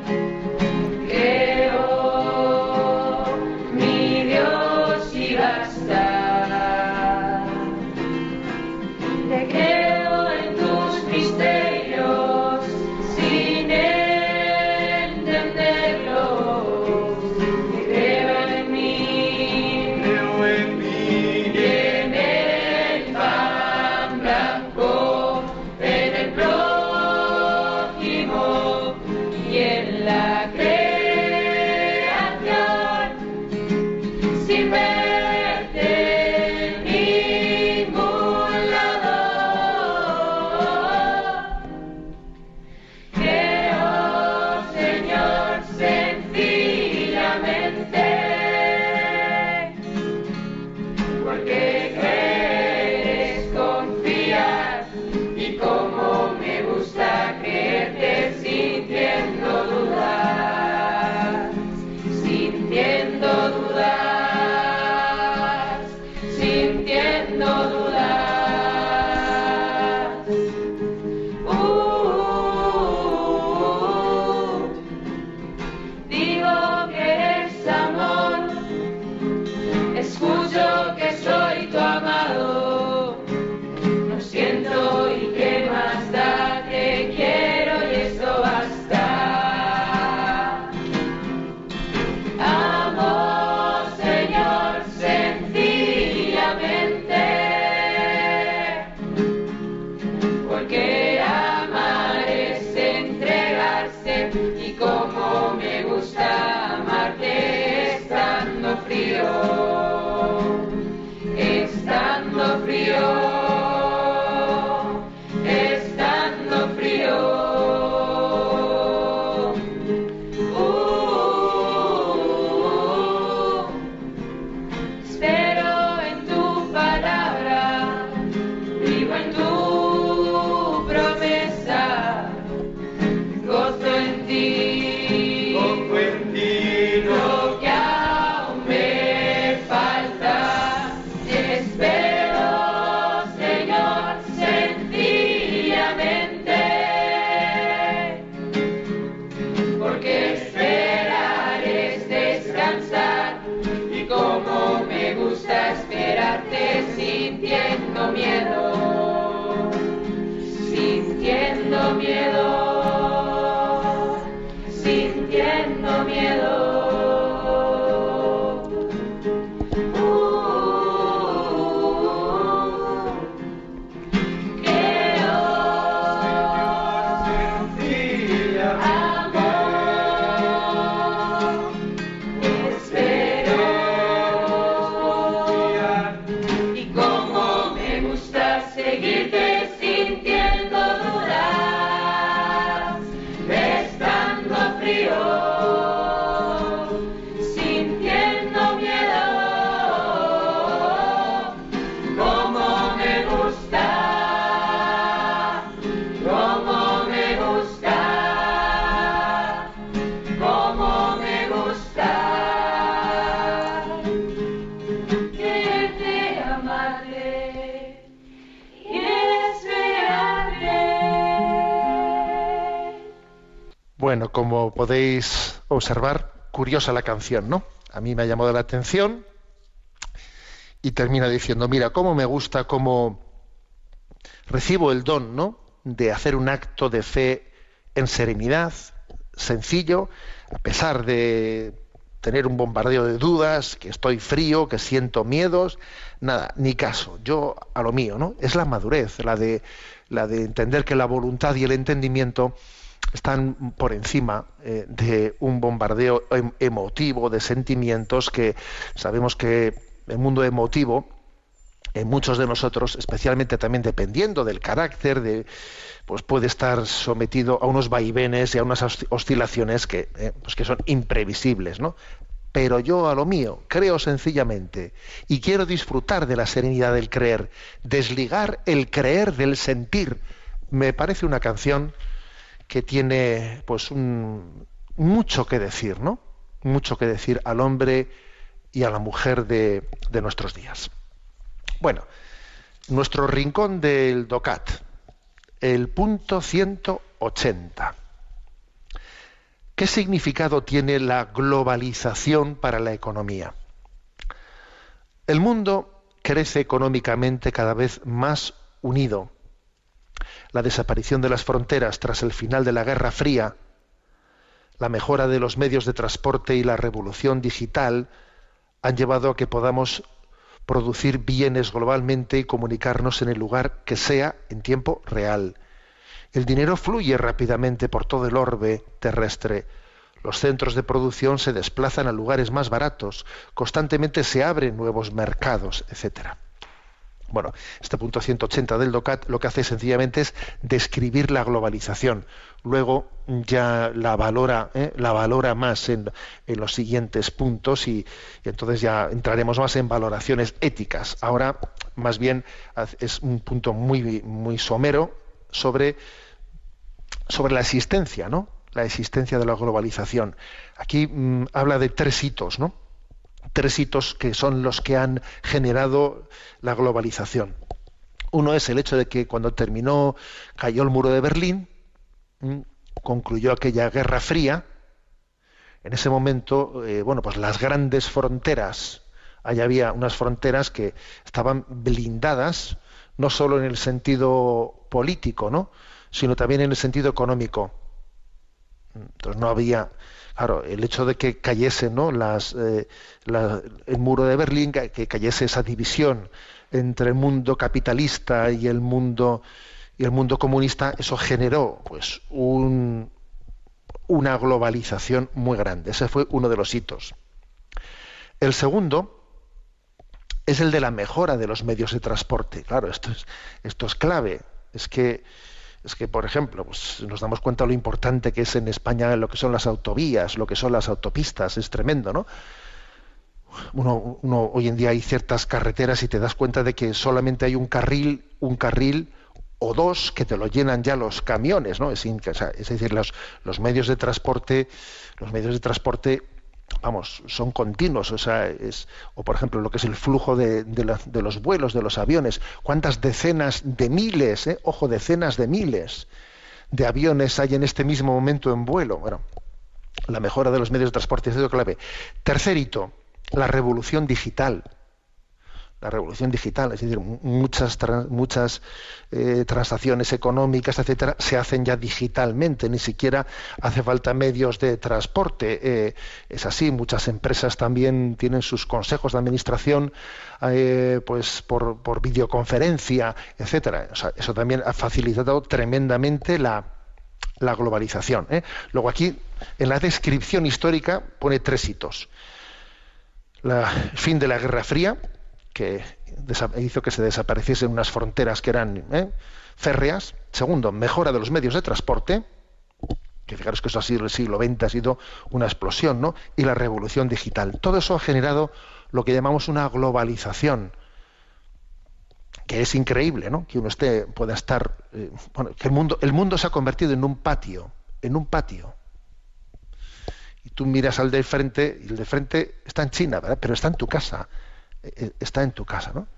Creo, mi Dios, y basta. Te creo en tus misterios sin entenderlos. Te creo en mí, Creo en mí, y en el pan blanco, en el prójimo y en la creación, sin verte en ningún lado. Creo, Señor, sencillamente, porque creer es confiar, y como me gusta creerte sintiendo dudas, sintiendo dudas, sintiendo dudas. Uh, digo que eres amor, escucho que soy tu amado, lo siento y qué más da, te quiero y eso basta. Amo, Señor, sencillamente, porque amar es entregarse, y como me gusta amarte estando frío, estando frío, estando frío. Uh, espero en tu palabra, vivo en tu promesa, gozo en ti, confío en ti, lo que aún me falta. Espero, Señor, sencillamente, porque esperar es descansar, y como me gusta esperarte sintiendo miedo, sintiendo miedo, sintiendo miedo. Uh, creo, seguirte sintiendo dudas, estando frío. Bueno, como podéis observar, curiosa la canción, ¿no? A mí me ha llamado la atención y termina diciendo, mira, cómo me gusta, cómo recibo el don, ¿no?, de hacer un acto de fe en serenidad, sencillo, a pesar de tener un bombardeo de dudas, que estoy frío, que siento miedos, nada, ni caso. Yo a lo mío, ¿no? Es la madurez, la de, la de entender que la voluntad y el entendimiento están por encima eh, de un bombardeo em emotivo de sentimientos que sabemos que el mundo emotivo, en muchos de nosotros, especialmente también dependiendo del carácter, de, pues puede estar sometido a unos vaivenes y a unas oscilaciones que, eh, pues que son imprevisibles, ¿no? Pero yo a lo mío creo sencillamente y quiero disfrutar de la serenidad del creer, desligar el creer del sentir. Me parece una canción que tiene pues un, mucho que decir, ¿no? Mucho que decir al hombre y a la mujer de, de nuestros días. Bueno, nuestro rincón del DOCAT, el punto ciento ochenta. ¿Qué significado tiene la globalización para la economía? El mundo crece económicamente cada vez más unido. La desaparición de las fronteras tras el final de la Guerra Fría, la mejora de los medios de transporte y la revolución digital han llevado a que podamos producir bienes globalmente y comunicarnos en el lugar que sea en tiempo real. El dinero fluye rápidamente por todo el orbe terrestre. Los centros de producción se desplazan a lugares más baratos, constantemente se abren nuevos mercados, etcétera. Bueno, este punto ciento ochenta del DOCAT lo que hace sencillamente es describir la globalización. Luego ya la valora, ¿eh? la valora más en, en los siguientes puntos y, y entonces ya entraremos más en valoraciones éticas. Ahora, más bien, es un punto muy, muy somero sobre, sobre la existencia, ¿no? La existencia de la globalización. Aquí mmm, habla de tres hitos, ¿no? Tres hitos que son los que han generado la globalización. Uno es el hecho de que cuando terminó, cayó el muro de Berlín, concluyó aquella Guerra Fría. En ese momento, eh, bueno, pues las grandes fronteras, ahí había unas fronteras que estaban blindadas, no solo en el sentido político, ¿no?, sino también en el sentido económico. Entonces no había, claro, el hecho de que cayese, ¿no?, las, eh, la, el muro de Berlín, que, que cayese esa división entre el mundo capitalista y el mundo y el mundo comunista, eso generó pues un, una globalización muy grande. Ese fue uno de los hitos. El segundo es el de la mejora de los medios de transporte. Claro, esto es, esto es clave. Es que Es que, por ejemplo, pues nos damos cuenta de lo importante que es en España lo que son las autovías, lo que son las autopistas, es tremendo, ¿no? Uno, uno, hoy en día hay ciertas carreteras y te das cuenta de que solamente hay un carril, un carril o dos que te lo llenan ya los camiones, ¿no? Es, o sea, es decir, los, los medios de transporte, los medios de transporte, vamos, son continuos, o sea, es, o por ejemplo lo que es el flujo de, de, la, de los vuelos, de los aviones, cuántas decenas de miles, eh, ojo, decenas de miles de aviones hay en este mismo momento en vuelo. Bueno, la mejora de los medios de transporte es lo clave. Tercer hito, la revolución digital. La revolución digital, es decir, muchas muchas eh, transacciones económicas, etcétera, se hacen ya digitalmente, ni siquiera hace falta medios de transporte. Eh, es así, muchas empresas también tienen sus consejos de administración eh, pues por, por videoconferencia, etcétera. O sea, eso también ha facilitado tremendamente la, la globalización, ¿eh? Luego aquí, en la descripción histórica, pone tres hitos. La, el fin de la Guerra Fría, que hizo que se desapareciesen unas fronteras que eran ¿eh? férreas. Segundo, mejora de los medios de transporte, que fijaros que eso ha sido el siglo veinte, ha sido una explosión, ¿no? Y la revolución digital. Todo eso ha generado lo que llamamos una globalización, que es increíble, ¿no? Que uno esté, pueda estar, eh, bueno, que el mundo, el mundo se ha convertido en un patio, en un patio. Y tú miras al de frente, y el de frente está en China, ¿verdad? Pero está en tu casa, eh, está en tu casa, ¿no?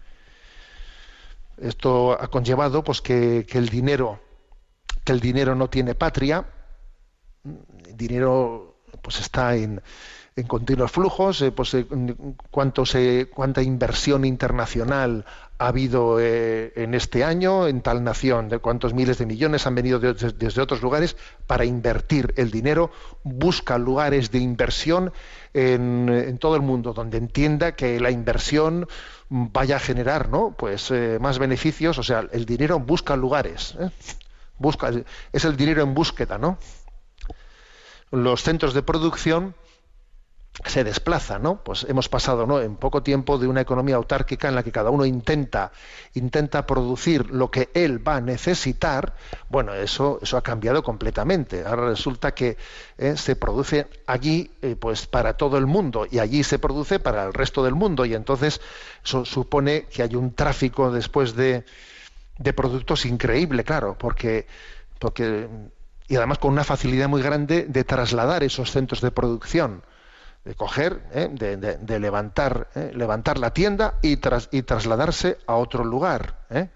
Esto ha conllevado, pues, que, que el dinero, que el dinero no tiene patria. El dinero, pues, está en en continuos flujos, eh, pues eh, cuánto se, cuánta inversión internacional ha habido eh, en este año en tal nación, de cuántos miles de millones han venido de, de, desde otros lugares para invertir el dinero, busca lugares de inversión en, en todo el mundo donde entienda que la inversión vaya a generar, ¿no? Pues eh, más beneficios, o sea, el dinero busca lugares, ¿eh? busca, es el dinero en búsqueda, ¿no? Los centros de producción se desplaza, ¿no? Pues hemos pasado, ¿no?, en poco tiempo de una economía autárquica en la que cada uno intenta intenta producir lo que él va a necesitar. Bueno, eso eso ha cambiado completamente. Ahora resulta que eh, se produce allí eh, pues para todo el mundo y allí se produce para el resto del mundo, y entonces eso supone que hay un tráfico después de de productos increíble, claro, porque porque y además con una facilidad muy grande de trasladar esos centros de producción, de coger, ¿eh? de, de, de levantar, ¿eh? levantar la tienda y, tras, y trasladarse a otro lugar. ¿eh?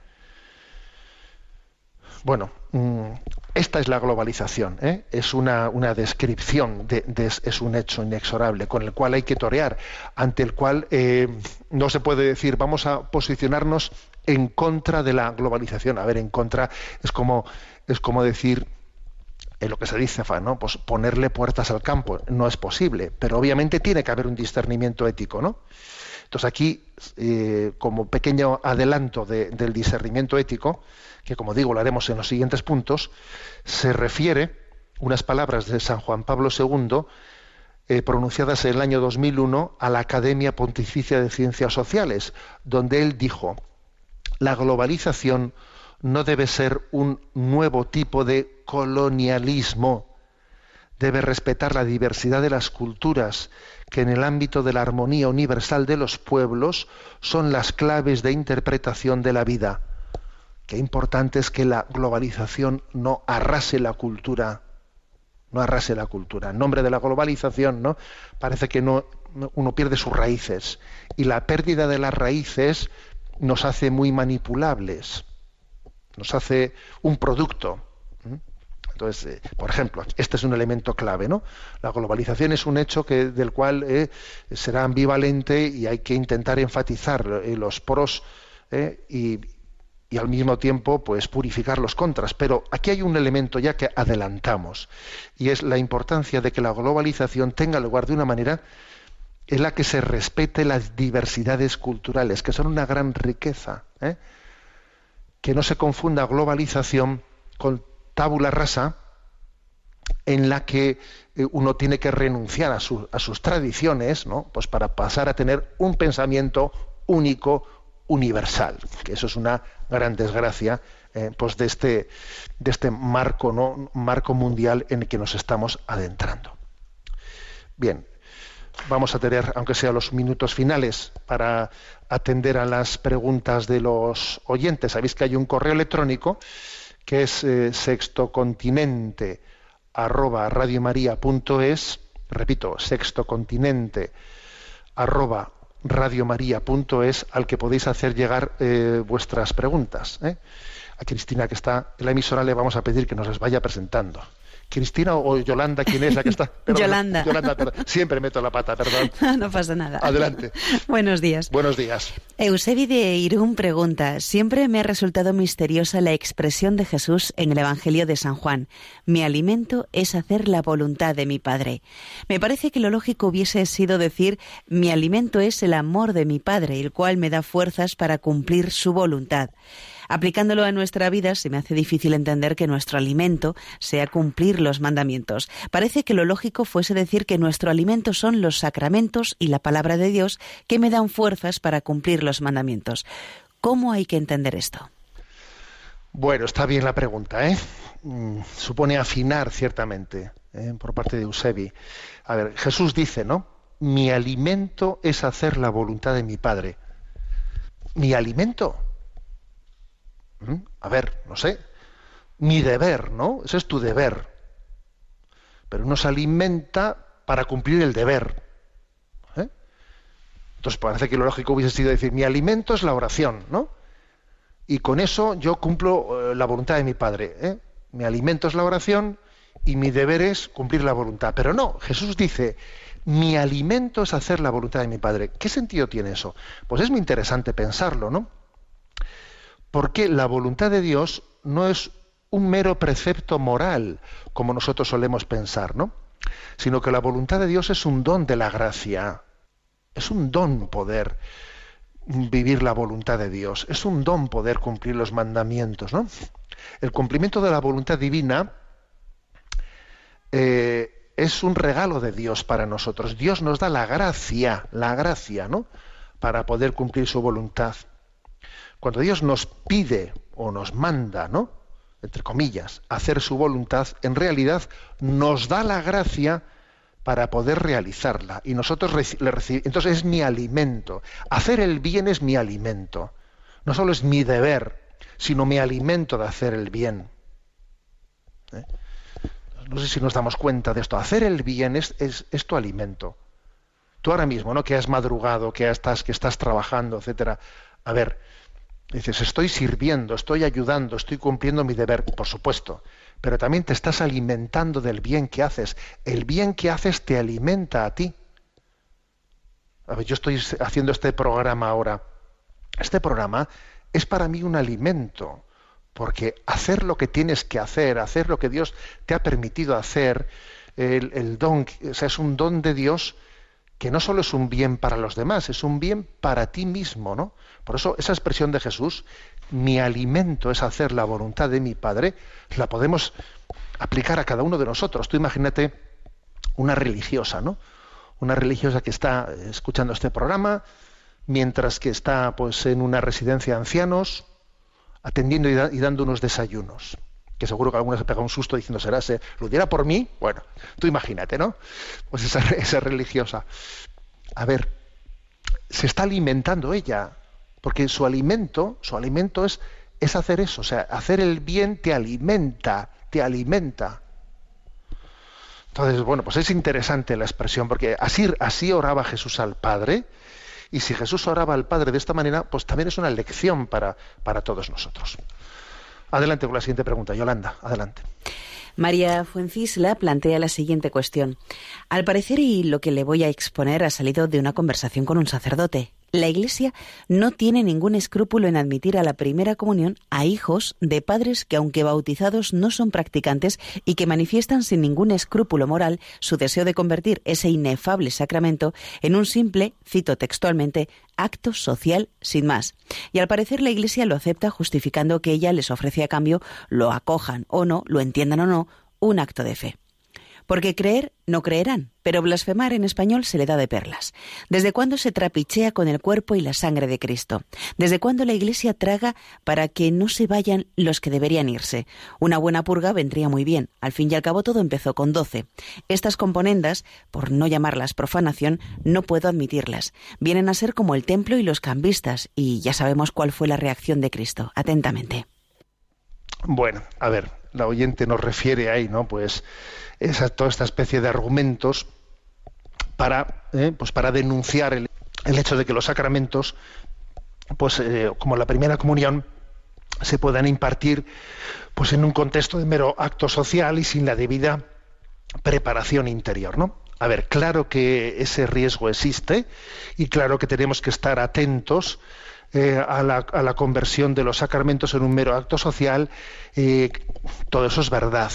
Bueno, mmm, esta es la globalización. ¿eh? Es una, una descripción, de, de, es un hecho inexorable con el cual hay que torear, ante el cual eh, no se puede decir vamos a posicionarnos en contra de la globalización. A ver, en contra es como, es como decir, en lo que se dice, ¿no?, pues ponerle puertas al campo. No es posible, pero obviamente tiene que haber un discernimiento ético, ¿no? Entonces aquí, eh, como pequeño adelanto de, del discernimiento ético, que como digo lo haremos en los siguientes puntos, se refiere unas palabras de San Juan Pablo segundo, eh, pronunciadas en el año dos mil uno a la Academia Pontificia de Ciencias Sociales, donde él dijo: la globalización no debe ser un nuevo tipo de colonialismo, debe respetar la diversidad de las culturas, que en el ámbito de la armonía universal de los pueblos son las claves de interpretación de la vida. Qué importante es que la globalización no arrase la cultura, no arrase la cultura. En nombre de la globalización, ¿no?, parece que no, uno pierde sus raíces, y la pérdida de las raíces nos hace muy manipulables, nos hace un producto. Entonces, eh, por ejemplo, este es un elemento clave, ¿no? La globalización es un hecho que, del cual eh, será ambivalente, y hay que intentar enfatizar eh, los pros eh, y, y al mismo tiempo pues purificar los contras. Pero aquí hay un elemento ya que adelantamos, y es la importancia de que la globalización tenga lugar de una manera en la que se respete las diversidades culturales, que son una gran riqueza, ¿eh? Que no se confunda globalización con tabula rasa, en la que uno tiene que renunciar a, su, a sus tradiciones, ¿no?, pues para pasar a tener un pensamiento único, universal, que eso es una gran desgracia eh, pues de este, de este marco, ¿no?, marco mundial en el que nos estamos adentrando. Bien, vamos a tener, aunque sea los minutos finales, para atender a las preguntas de los oyentes. Sabéis que hay un correo electrónico que es eh, sextocontinente arroba radiomaria.es, repito, sextocontinente arroba radiomaria.es, al que podéis hacer llegar eh, vuestras preguntas. ¿eh? A Cristina, que está en la emisora, le vamos a pedir que nos las vaya presentando. Cristina o Yolanda, ¿quién es la que está? Perdón, Yolanda. Yolanda, perdón. Siempre meto la pata, perdón. No pasa nada. Adelante. Buenos días. Buenos días. Eusebi de Irún pregunta: siempre me ha resultado misteriosa la expresión de Jesús en el Evangelio de San Juan: mi alimento es hacer la voluntad de mi Padre. Me parece que lo lógico hubiese sido decir: mi alimento es el amor de mi Padre, el cual me da fuerzas para cumplir su voluntad. Aplicándolo a nuestra vida, se me hace difícil entender que nuestro alimento sea cumplir los mandamientos. Parece que lo lógico fuese decir que nuestro alimento son los sacramentos y la palabra de Dios que me dan fuerzas para cumplir los mandamientos. ¿Cómo hay que entender esto? Bueno, está bien la pregunta, ¿eh? Mm, supone afinar ciertamente, ¿eh? Por parte de Eusebi. A ver, Jesús dice, ¿no? Mi alimento es hacer la voluntad de mi Padre. ¿Mi alimento? ¿Mm? A ver, no sé. Mi deber, ¿no? Ese es tu deber. Pero uno se alimenta para cumplir el deber. ¿Eh? Entonces parece que lo lógico hubiese sido decir, mi alimento es la oración, ¿no? Y con eso yo cumplo eh, la voluntad de mi Padre. ¿eh? Mi alimento es la oración y mi deber es cumplir la voluntad. Pero no, Jesús dice, mi alimento es hacer la voluntad de mi Padre. ¿Qué sentido tiene eso? Pues es muy interesante pensarlo, ¿no? Porque la voluntad de Dios no es un mero precepto moral, como nosotros solemos pensar, ¿no? Sino que la voluntad de Dios es un don de la gracia. Es un don poder vivir la voluntad de Dios. Es un don poder cumplir los mandamientos, ¿no? El cumplimiento de la voluntad divina eh, es un regalo de Dios para nosotros. Dios nos da la gracia, la gracia, ¿no? Para poder cumplir su voluntad. Cuando Dios nos pide o nos manda, ¿no? Entre comillas, hacer su voluntad, en realidad nos da la gracia para poder realizarla. Y nosotros le recibimos. Entonces es mi alimento. Hacer el bien es mi alimento. No solo es mi deber, sino mi alimento de hacer el bien. ¿Eh? No sé si nos damos cuenta de esto. Hacer el bien es, es, es tu alimento. Tú ahora mismo, ¿no? Que has madrugado, que estás, que estás trabajando, etcétera. A ver, dices, estoy sirviendo, estoy ayudando, estoy cumpliendo mi deber, por supuesto. Pero también te estás alimentando del bien que haces. El bien que haces te alimenta a ti. A ver, yo estoy haciendo este programa ahora. Este programa es para mí un alimento, porque hacer lo que tienes que hacer, hacer lo que Dios te ha permitido hacer, el, el don, o sea, es un don de Dios que no solo es un bien para los demás, es un bien para ti mismo, ¿no? Por eso esa expresión de Jesús, mi alimento es hacer la voluntad de mi Padre, la podemos aplicar a cada uno de nosotros. Tú imagínate una religiosa, ¿no? Una religiosa que está escuchando este programa, mientras que está pues en una residencia de ancianos, atendiendo y, da, y dando unos desayunos. Que seguro que alguna se pega un susto diciendo, ¿será se lo diera por mí? Bueno, tú imagínate, ¿no? Pues esa, esa religiosa. A ver, se está alimentando ella, porque su alimento, su alimento es, es hacer eso, o sea, hacer el bien te alimenta, te alimenta. Entonces, bueno, pues es interesante la expresión, porque así, así oraba Jesús al Padre, y si Jesús oraba al Padre de esta manera, pues también es una lección para, para todos nosotros. Adelante con la siguiente pregunta, Yolanda, adelante. María Fuencisla plantea la siguiente cuestión. Al parecer, y lo que le voy a exponer ha salido de una conversación con un sacerdote. La Iglesia no tiene ningún escrúpulo en admitir a la primera comunión a hijos de padres que, aunque bautizados, no son practicantes y que manifiestan sin ningún escrúpulo moral su deseo de convertir ese inefable sacramento en un simple, cito textualmente, acto social sin más. Y al parecer la Iglesia lo acepta justificando que ella les ofrece a cambio, lo acojan o no, lo entiendan o no, un acto de fe. Porque creer no creerán, pero blasfemar en español se le da de perlas. ¿Desde cuándo se trapichea con el cuerpo y la sangre de Cristo? ¿Desde cuándo la Iglesia traga para que no se vayan los que deberían irse? Una buena purga vendría muy bien. Al fin y al cabo todo empezó con doce. Estas componendas, por no llamarlas profanación, no puedo admitirlas. Vienen a ser como el templo y los cambistas, y ya sabemos cuál fue la reacción de Cristo. Atentamente. Bueno, a ver, la oyente nos refiere ahí, ¿no? Pues esa, toda esta especie de argumentos para, eh, pues para denunciar el, el hecho de que los sacramentos, pues eh, como la primera comunión, se puedan impartir pues en un contexto de mero acto social y sin la debida preparación interior, ¿no? A ver, claro que ese riesgo existe y claro que tenemos que estar atentos Eh, a, la, a la conversión de los sacramentos en un mero acto social, eh, todo eso es verdad.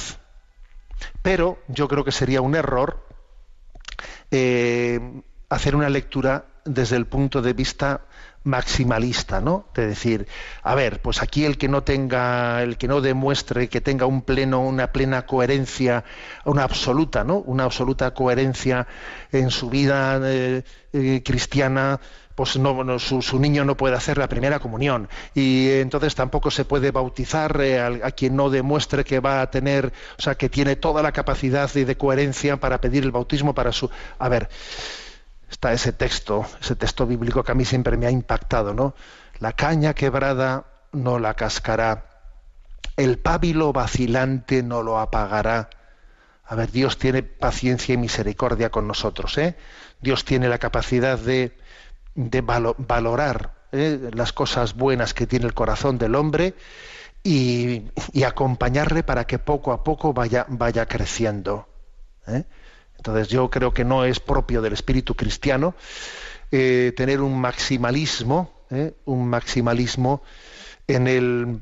Pero yo creo que sería un error eh, hacer una lectura desde el punto de vista maximalista, ¿no? De decir, a ver, pues aquí el que no tenga, el que no demuestre que tenga un pleno, una plena coherencia, una absoluta, ¿no? Una absoluta coherencia en su vida eh, eh, cristiana, pues no, no su, su niño no puede hacer la primera comunión, y eh, entonces tampoco se puede bautizar eh, a, a quien no demuestre que va a tener, o sea, que tiene toda la capacidad de, de coherencia para pedir el bautismo para su... A ver, está ese texto, ese texto bíblico que a mí siempre me ha impactado, ¿no? La caña quebrada no la cascará, el pábilo vacilante no lo apagará. A ver, Dios tiene paciencia y misericordia con nosotros, ¿eh? Dios tiene la capacidad de, de valo, valorar ¿eh? las cosas buenas que tiene el corazón del hombre y, y acompañarle para que poco a poco vaya, vaya creciendo, ¿eh? Entonces yo creo que no es propio del espíritu cristiano eh, tener un maximalismo, ¿eh? un maximalismo en el,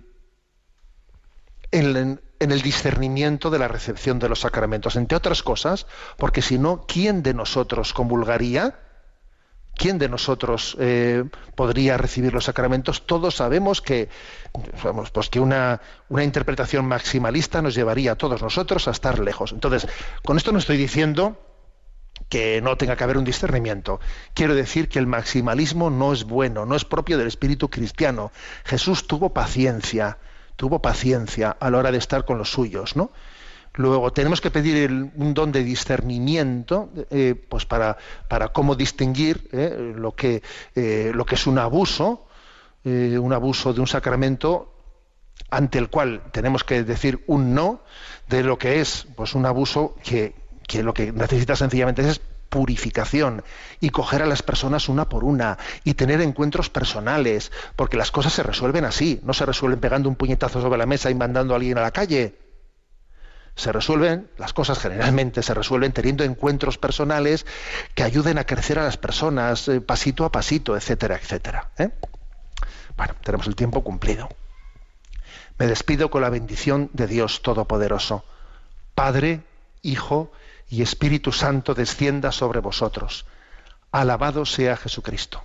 en, en el discernimiento de la recepción de los sacramentos, entre otras cosas, porque si no, ¿quién de nosotros comulgaría? ¿Quién de nosotros eh, podría recibir los sacramentos? Todos sabemos que, vamos, pues que una, una interpretación maximalista nos llevaría a todos nosotros a estar lejos. Entonces, con esto no estoy diciendo que no tenga que haber un discernimiento. Quiero decir que el maximalismo no es bueno, no es propio del espíritu cristiano. Jesús tuvo paciencia, tuvo paciencia a la hora de estar con los suyos, ¿no? Luego tenemos que pedir el, un don de discernimiento, eh, pues para, para cómo distinguir eh, lo, que, eh, lo que es un abuso, eh, un abuso de un sacramento ante el cual tenemos que decir un no, de lo que es pues un abuso que, que lo que necesita sencillamente es purificación y coger a las personas una por una y tener encuentros personales, porque las cosas se resuelven así, no se resuelven pegando un puñetazo sobre la mesa y mandando a alguien a la calle. Se resuelven, las cosas generalmente se resuelven teniendo encuentros personales que ayuden a crecer a las personas eh, pasito a pasito, etcétera, etcétera. ¿eh? Bueno, tenemos el tiempo cumplido. Me despido con la bendición de Dios Todopoderoso. Padre, Hijo y Espíritu Santo descienda sobre vosotros. Alabado sea Jesucristo.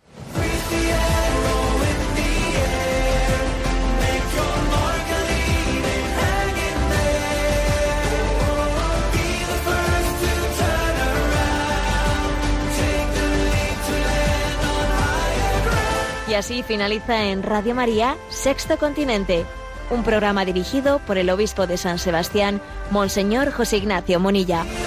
Y así finaliza en Radio María, Sexto Continente, un programa dirigido por el obispo de San Sebastián, Monseñor José Ignacio Munilla.